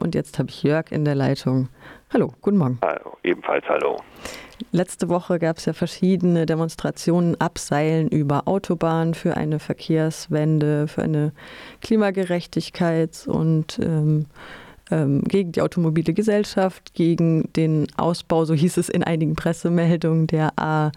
und jetzt habe ich Jörg in der Leitung. Hallo, guten Morgen. Hallo, ebenfalls hallo. Letzte Woche gab es ja verschiedene Demonstrationen, Abseilen über Autobahnen für eine Verkehrswende, für eine Klimagerechtigkeit und gegen die automobile Gesellschaft, gegen den Ausbau, so hieß es in einigen Pressemeldungen, der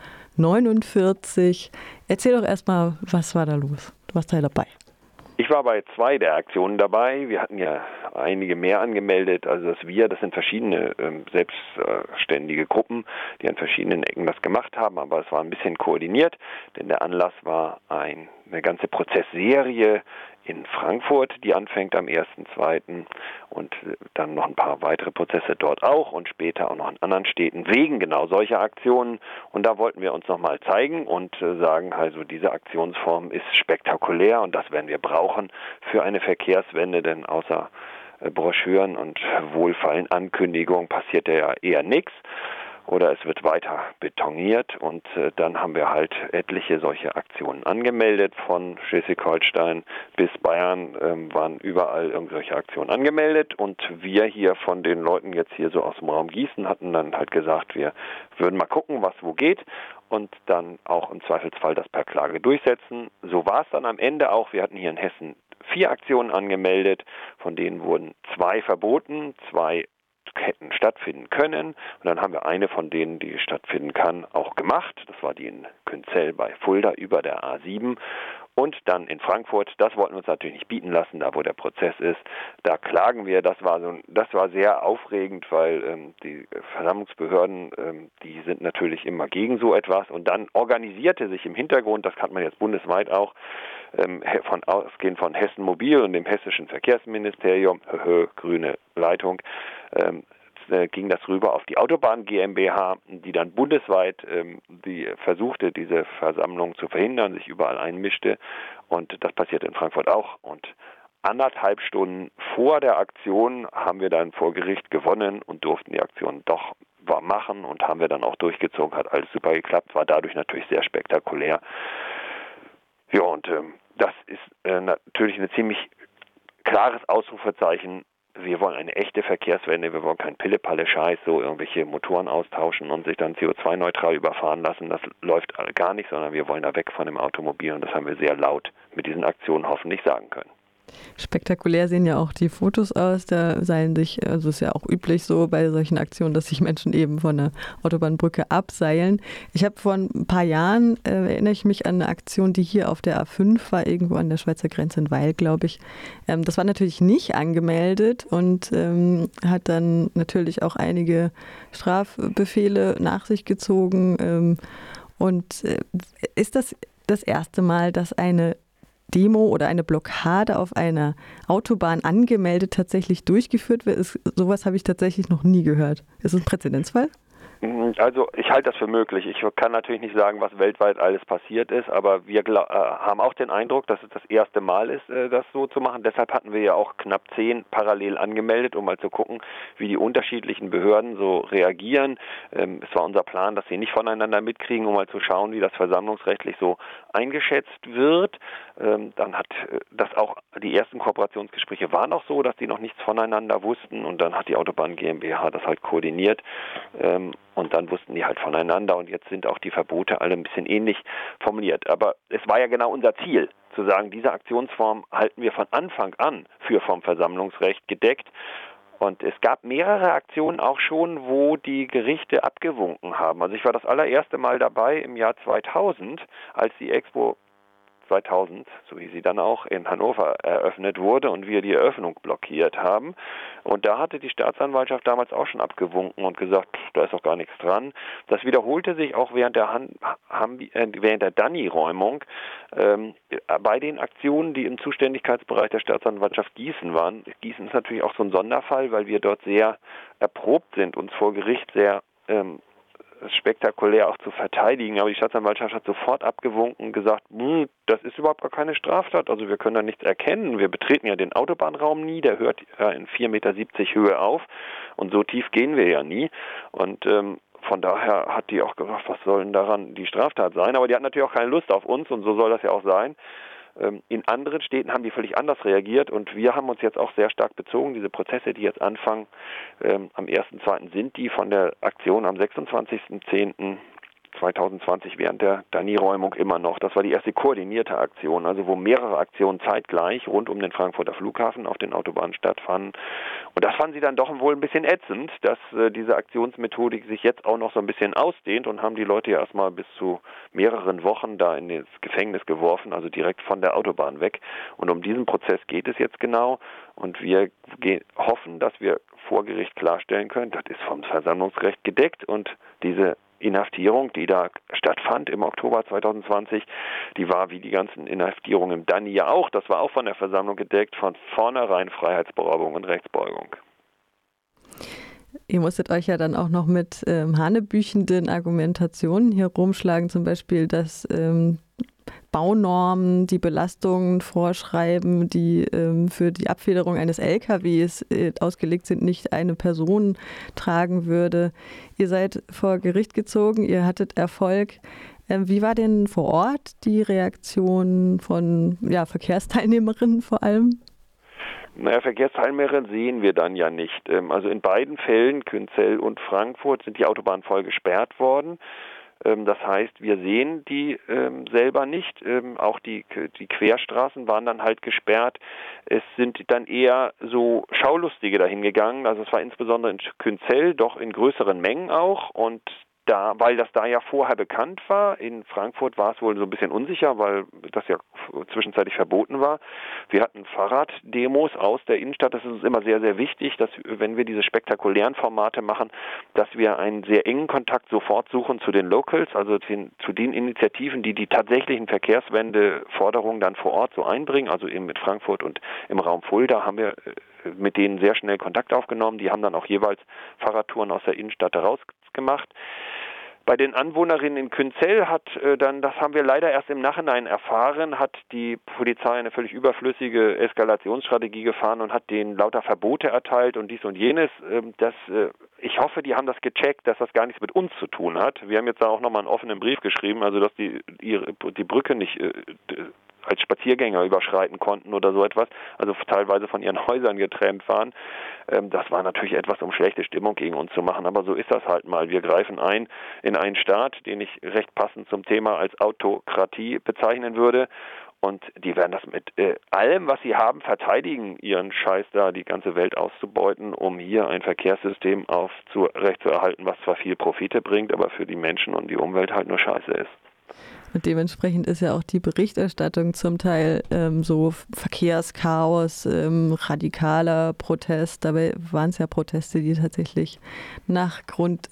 A49. Erzähl doch erstmal, was war da los? Du warst da dabei. Ich war bei 2 der Aktionen dabei. Wir hatten ja einige mehr angemeldet. Also das sind verschiedene selbstständige Gruppen, die an verschiedenen Ecken das gemacht haben. Aber es war ein bisschen koordiniert, denn der Anlass war eine ganze Prozessserie in Frankfurt, die anfängt am 1.2. und dann noch ein paar weitere Prozesse dort auch und später auch noch in anderen Städten wegen genau solcher Aktionen. Und da wollten wir uns nochmal zeigen und sagen, also diese Aktionsform ist spektakulär und das werden wir brauchen für eine Verkehrswende, denn außer Broschüren und wohlfeilen Ankündigungen passiert ja eher nichts. Oder es wird weiter betoniert und dann haben wir halt etliche solche Aktionen angemeldet. Von Schleswig-Holstein bis Bayern waren überall irgendwelche Aktionen angemeldet und wir hier von den Leuten jetzt hier so aus dem Raum Gießen hatten dann halt gesagt, wir würden mal gucken, was wo geht und dann auch im Zweifelsfall das per Klage durchsetzen. So war es dann am Ende auch. Wir hatten hier in Hessen 4 Aktionen angemeldet, von denen wurden 2 verboten, 2 hätten stattfinden können. Und dann haben wir eine von denen, die stattfinden kann, auch gemacht. Das war die in Künzell bei Fulda über der A7. Und dann in Frankfurt, das wollten wir uns natürlich nicht bieten lassen, da wo der Prozess ist. Da klagen wir, das war sehr aufregend, weil die Versammlungsbehörden, die sind natürlich immer gegen so etwas. Und dann organisierte sich im Hintergrund, das kann man jetzt bundesweit auch, ausgehend von Hessen Mobil und dem hessischen Verkehrsministerium, grüne Leitung, ging das rüber auf die Autobahn GmbH, die dann bundesweit die versuchte, diese Versammlung zu verhindern, sich überall einmischte. Und das passierte in Frankfurt auch. Und 1,5 Stunden vor der Aktion haben wir dann vor Gericht gewonnen und durften die Aktion doch machen und haben wir dann auch durchgezogen. Hat alles super geklappt, war dadurch natürlich sehr spektakulär. Ja, und das ist natürlich ein ziemlich klares Ausrufezeichen. Wir wollen eine echte Verkehrswende, wir wollen kein Pille-Palle-Scheiß, so irgendwelche Motoren austauschen und sich dann CO2-neutral überfahren lassen. Das läuft gar nicht, sondern wir wollen da weg von dem Automobil und das haben wir sehr laut mit diesen Aktionen hoffentlich sagen können. Spektakulär sehen ja auch die Fotos aus, da seilen sich, also ist ja auch üblich so bei solchen Aktionen, dass sich Menschen eben von der Autobahnbrücke abseilen. Ich habe vor ein paar Jahren, erinnere ich mich an eine Aktion, die hier auf der A5 war, irgendwo an der Schweizer Grenze in Weil, glaube ich. Das war natürlich nicht angemeldet und hat dann natürlich auch einige Strafbefehle nach sich gezogen. Ist das erste Mal, dass eine Demo oder eine Blockade auf einer Autobahn angemeldet tatsächlich durchgeführt wird? Sowas habe ich tatsächlich noch nie gehört. Ist es ein Präzedenzfall? Also ich halte das für möglich. Ich kann natürlich nicht sagen, was weltweit alles passiert ist, aber wir haben auch den Eindruck, dass es das erste Mal ist, das so zu machen. Deshalb hatten wir ja auch knapp 10 parallel angemeldet, um mal zu gucken, wie die unterschiedlichen Behörden so reagieren. Es war unser Plan, dass sie nicht voneinander mitkriegen, um mal zu schauen, wie das versammlungsrechtlich so eingeschätzt wird. Dann hat das auch, die ersten Kooperationsgespräche waren auch so, dass die noch nichts voneinander wussten und dann hat die Autobahn GmbH das halt koordiniert. Und dann wussten die halt voneinander und jetzt sind auch die Verbote alle ein bisschen ähnlich formuliert. Aber es war ja genau unser Ziel, zu sagen, diese Aktionsform halten wir von Anfang an für vom Versammlungsrecht gedeckt. Und es gab mehrere Aktionen auch schon, wo die Gerichte abgewunken haben. Also ich war das allererste Mal dabei im Jahr 2000, als die Expo 2000, so wie sie dann auch in Hannover eröffnet wurde und wir die Eröffnung blockiert haben. Und da hatte die Staatsanwaltschaft damals auch schon abgewunken und gesagt, da ist doch gar nichts dran. Das wiederholte sich auch während der Danny-Räumung bei den Aktionen, die im Zuständigkeitsbereich der Staatsanwaltschaft Gießen waren. Gießen ist natürlich auch so ein Sonderfall, weil wir dort sehr erprobt sind, uns vor Gericht sehr spektakulär auch zu verteidigen, aber die Staatsanwaltschaft hat sofort abgewunken und gesagt, das ist überhaupt gar keine Straftat, also wir können da nichts erkennen, wir betreten ja den Autobahnraum nie, der hört ja in 4,70 Meter Höhe auf und so tief gehen wir ja nie und von daher hat die auch gesagt, was soll denn daran die Straftat sein, aber die hat natürlich auch keine Lust auf uns und so soll das ja auch sein. In anderen Städten haben die völlig anders reagiert und wir haben uns jetzt auch sehr stark bezogen. Diese Prozesse, die jetzt anfangen, am 1.2. sind die von der Aktion am 26.10.2020 während der Dani-Räumung immer noch. Das war die erste koordinierte Aktion, also wo mehrere Aktionen zeitgleich rund um den Frankfurter Flughafen auf den Autobahnen stattfanden. Und das fanden sie dann doch wohl ein bisschen ätzend, dass diese Aktionsmethodik sich jetzt auch noch so ein bisschen ausdehnt und haben die Leute ja erstmal bis zu mehreren Wochen da in das Gefängnis geworfen, also direkt von der Autobahn weg. Und um diesen Prozess geht es jetzt genau. Und wir hoffen, dass wir vor Gericht klarstellen können, das ist vom Versammlungsrecht gedeckt und diese Inhaftierung, die da stattfand im Oktober 2020, die war wie die ganzen Inhaftierungen im Dani ja auch, das war auch von der Versammlung gedeckt, von vornherein Freiheitsberaubung und Rechtsbeugung. Ihr musstet euch ja dann auch noch mit hanebüchenden Argumentationen hier rumschlagen, zum Beispiel, dass Baunormen die Belastungen vorschreiben, die für die Abfederung eines LKWs ausgelegt sind, nicht eine Person tragen würde. Ihr seid vor Gericht gezogen, ihr hattet Erfolg. Wie war denn vor Ort die Reaktion von Verkehrsteilnehmerinnen vor allem? Naja, Verkehrsteilnehmerinnen sehen wir dann ja nicht. Also in beiden Fällen, Künzell und Frankfurt, sind die Autobahnen voll gesperrt worden. Das heißt, wir sehen die selber nicht. Auch die Querstraßen waren dann halt gesperrt. Es sind dann eher so Schaulustige dahin gegangen. Also es war insbesondere in Künzell, doch in größeren Mengen auch. Und weil das da ja vorher bekannt war, in Frankfurt war es wohl so ein bisschen unsicher, weil das ja zwischenzeitlich verboten war. Wir hatten Fahrraddemos aus der Innenstadt. Das ist uns immer sehr, sehr wichtig, dass, wenn wir diese spektakulären Formate machen, dass wir einen sehr engen Kontakt sofort suchen zu den Locals, also zu den Initiativen, die tatsächlichen Verkehrswendeforderungen dann vor Ort so einbringen. Also eben mit Frankfurt und im Raum Fulda haben wir mit denen sehr schnell Kontakt aufgenommen. Die haben dann auch jeweils Fahrradtouren aus der Innenstadt heraus gemacht. Bei den Anwohnerinnen in Künzell das haben wir leider erst im Nachhinein erfahren, hat die Polizei eine völlig überflüssige Eskalationsstrategie gefahren und hat denen lauter Verbote erteilt und dies und jenes. Ich hoffe, die haben das gecheckt, dass das gar nichts mit uns zu tun hat. Wir haben jetzt da auch nochmal einen offenen Brief geschrieben, also dass die Brücke nicht als Spaziergänger überschreiten konnten oder so etwas, also teilweise von ihren Häusern getrennt waren. Das war natürlich etwas, um schlechte Stimmung gegen uns zu machen, aber so ist das halt mal. Wir greifen ein in einen Staat, den ich recht passend zum Thema als Autokratie bezeichnen würde. Und die werden das mit allem, was sie haben, verteidigen, ihren Scheiß da, die ganze Welt auszubeuten, um hier ein Verkehrssystem aufrechtzuerhalten, was zwar viel Profite bringt, aber für die Menschen und die Umwelt halt nur Scheiße ist. Und dementsprechend ist ja auch die Berichterstattung zum Teil so Verkehrschaos, radikaler Protest. Dabei waren es ja Proteste, die tatsächlich nach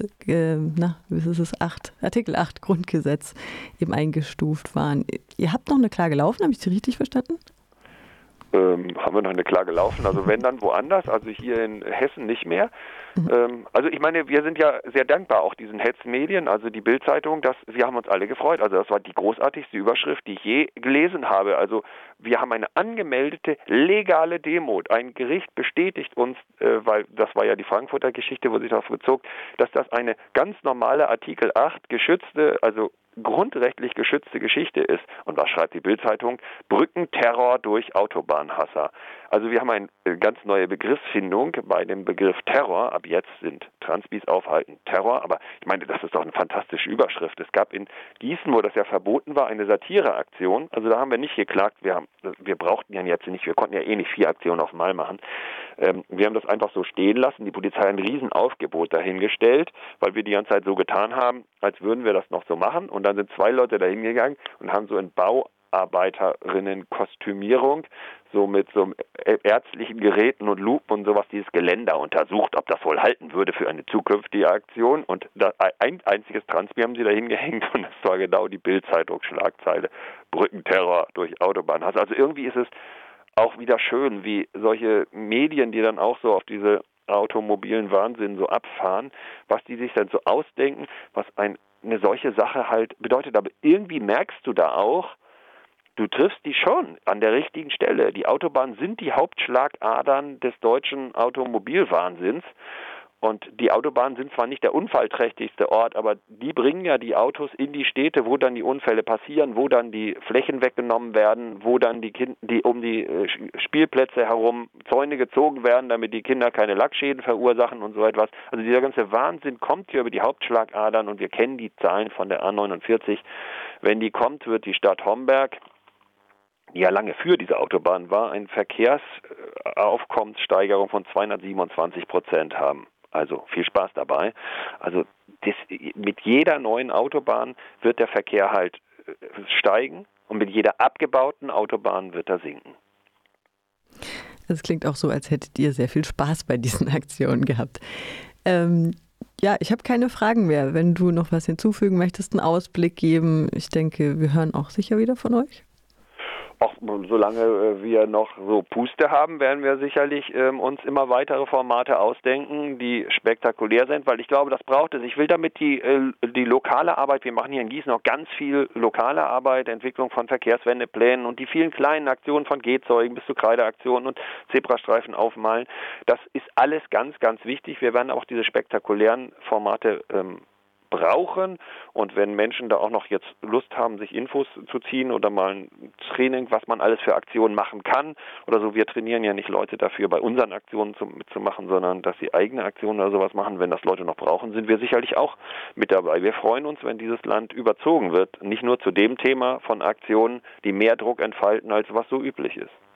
Artikel 8 Grundgesetz eben eingestuft waren. Ihr habt noch eine Klage laufen, habe ich Sie richtig verstanden? Haben wir noch eine Klage laufen, also wenn dann woanders, also hier in Hessen nicht mehr. Also ich meine, wir sind ja sehr dankbar auch diesen Hetzmedien, also die Bild-Zeitung, wir haben uns alle gefreut, also das war die großartigste Überschrift, die ich je gelesen habe, also wir haben eine angemeldete, legale Demo, ein Gericht bestätigt uns, weil das war ja die Frankfurter Geschichte, wo sich darauf bezog, dass das eine ganz normale Artikel 8 geschützte, also grundrechtlich geschützte Geschichte ist. Und was schreibt die Bild-Zeitung? Brückenterror durch Autobahnhasser. Also wir haben eine ganz neue Begriffsfindung bei dem Begriff Terror. Ab jetzt sind Transbis aufhalten Terror. Aber ich meine, das ist doch eine fantastische Überschrift. Es gab in Gießen, wo das ja verboten war, eine Satireaktion. Also da haben wir nicht geklagt. Wir brauchten ja jetzt nicht, wir konnten ja eh nicht 4 Aktionen auf einmal machen. Wir haben das einfach so stehen lassen. Die Polizei hat ein Riesenaufgebot dahingestellt, weil wir die ganze Zeit so getan haben, als würden wir das noch so machen. Und dann sind 2 Leute dahin gegangen und haben so in Bauarbeiterinnen-Kostümierung, so mit so ärztlichen Geräten und Lupen und sowas, dieses Geländer untersucht, ob das wohl halten würde für eine zukünftige Aktion. Und ein einziges Transbier haben sie dahin gehängt und das war genau die Bild-Zeitung-Schlagzeile. Brückenterror durch Autobahnhass. Also irgendwie ist es auch wieder schön, wie solche Medien, die dann auch so auf diese automobilen Wahnsinn so abfahren, was die sich dann so ausdenken, was eine solche Sache halt bedeutet. Aber irgendwie merkst du da auch, du triffst die schon an der richtigen Stelle. Die Autobahnen sind die Hauptschlagadern des deutschen Automobilwahnsinns. Und die Autobahnen sind zwar nicht der unfallträchtigste Ort, aber die bringen ja die Autos in die Städte, wo dann die Unfälle passieren, wo dann die Flächen weggenommen werden, wo dann die um die Spielplätze herum Zäune gezogen werden, damit die Kinder keine Lackschäden verursachen und so etwas. Also dieser ganze Wahnsinn kommt hier über die Hauptschlagadern und wir kennen die Zahlen von der A49. Wenn die kommt, wird die Stadt Homberg, die ja lange für diese Autobahn war, eine Verkehrsaufkommenssteigerung von 227% haben. Also viel Spaß dabei. Also mit jeder neuen Autobahn wird der Verkehr halt steigen und mit jeder abgebauten Autobahn wird er sinken. Es klingt auch so, als hättet ihr sehr viel Spaß bei diesen Aktionen gehabt. Ja, ich habe keine Fragen mehr. Wenn du noch was hinzufügen möchtest, einen Ausblick geben, ich denke, wir hören auch sicher wieder von euch. Auch solange wir noch so Puste haben, werden wir sicherlich uns immer weitere Formate ausdenken, die spektakulär sind, weil ich glaube, das braucht es. Ich will damit die lokale Arbeit, wir machen hier in Gießen auch ganz viel lokale Arbeit, Entwicklung von Verkehrswendeplänen und die vielen kleinen Aktionen von Gehzeugen bis zu Kreideaktionen und Zebrastreifen aufmalen. Das ist alles ganz, ganz wichtig. Wir werden auch diese spektakulären Formate brauchen, und wenn Menschen da auch noch jetzt Lust haben, sich Infos zu ziehen oder mal ein Training, was man alles für Aktionen machen kann oder so, wir trainieren ja nicht Leute dafür, bei unseren Aktionen mitzumachen, sondern dass sie eigene Aktionen oder sowas machen. Wenn das Leute noch brauchen, sind wir sicherlich auch mit dabei. Wir freuen uns, wenn dieses Land überzogen wird, nicht nur zu dem Thema von Aktionen, die mehr Druck entfalten, als was so üblich ist.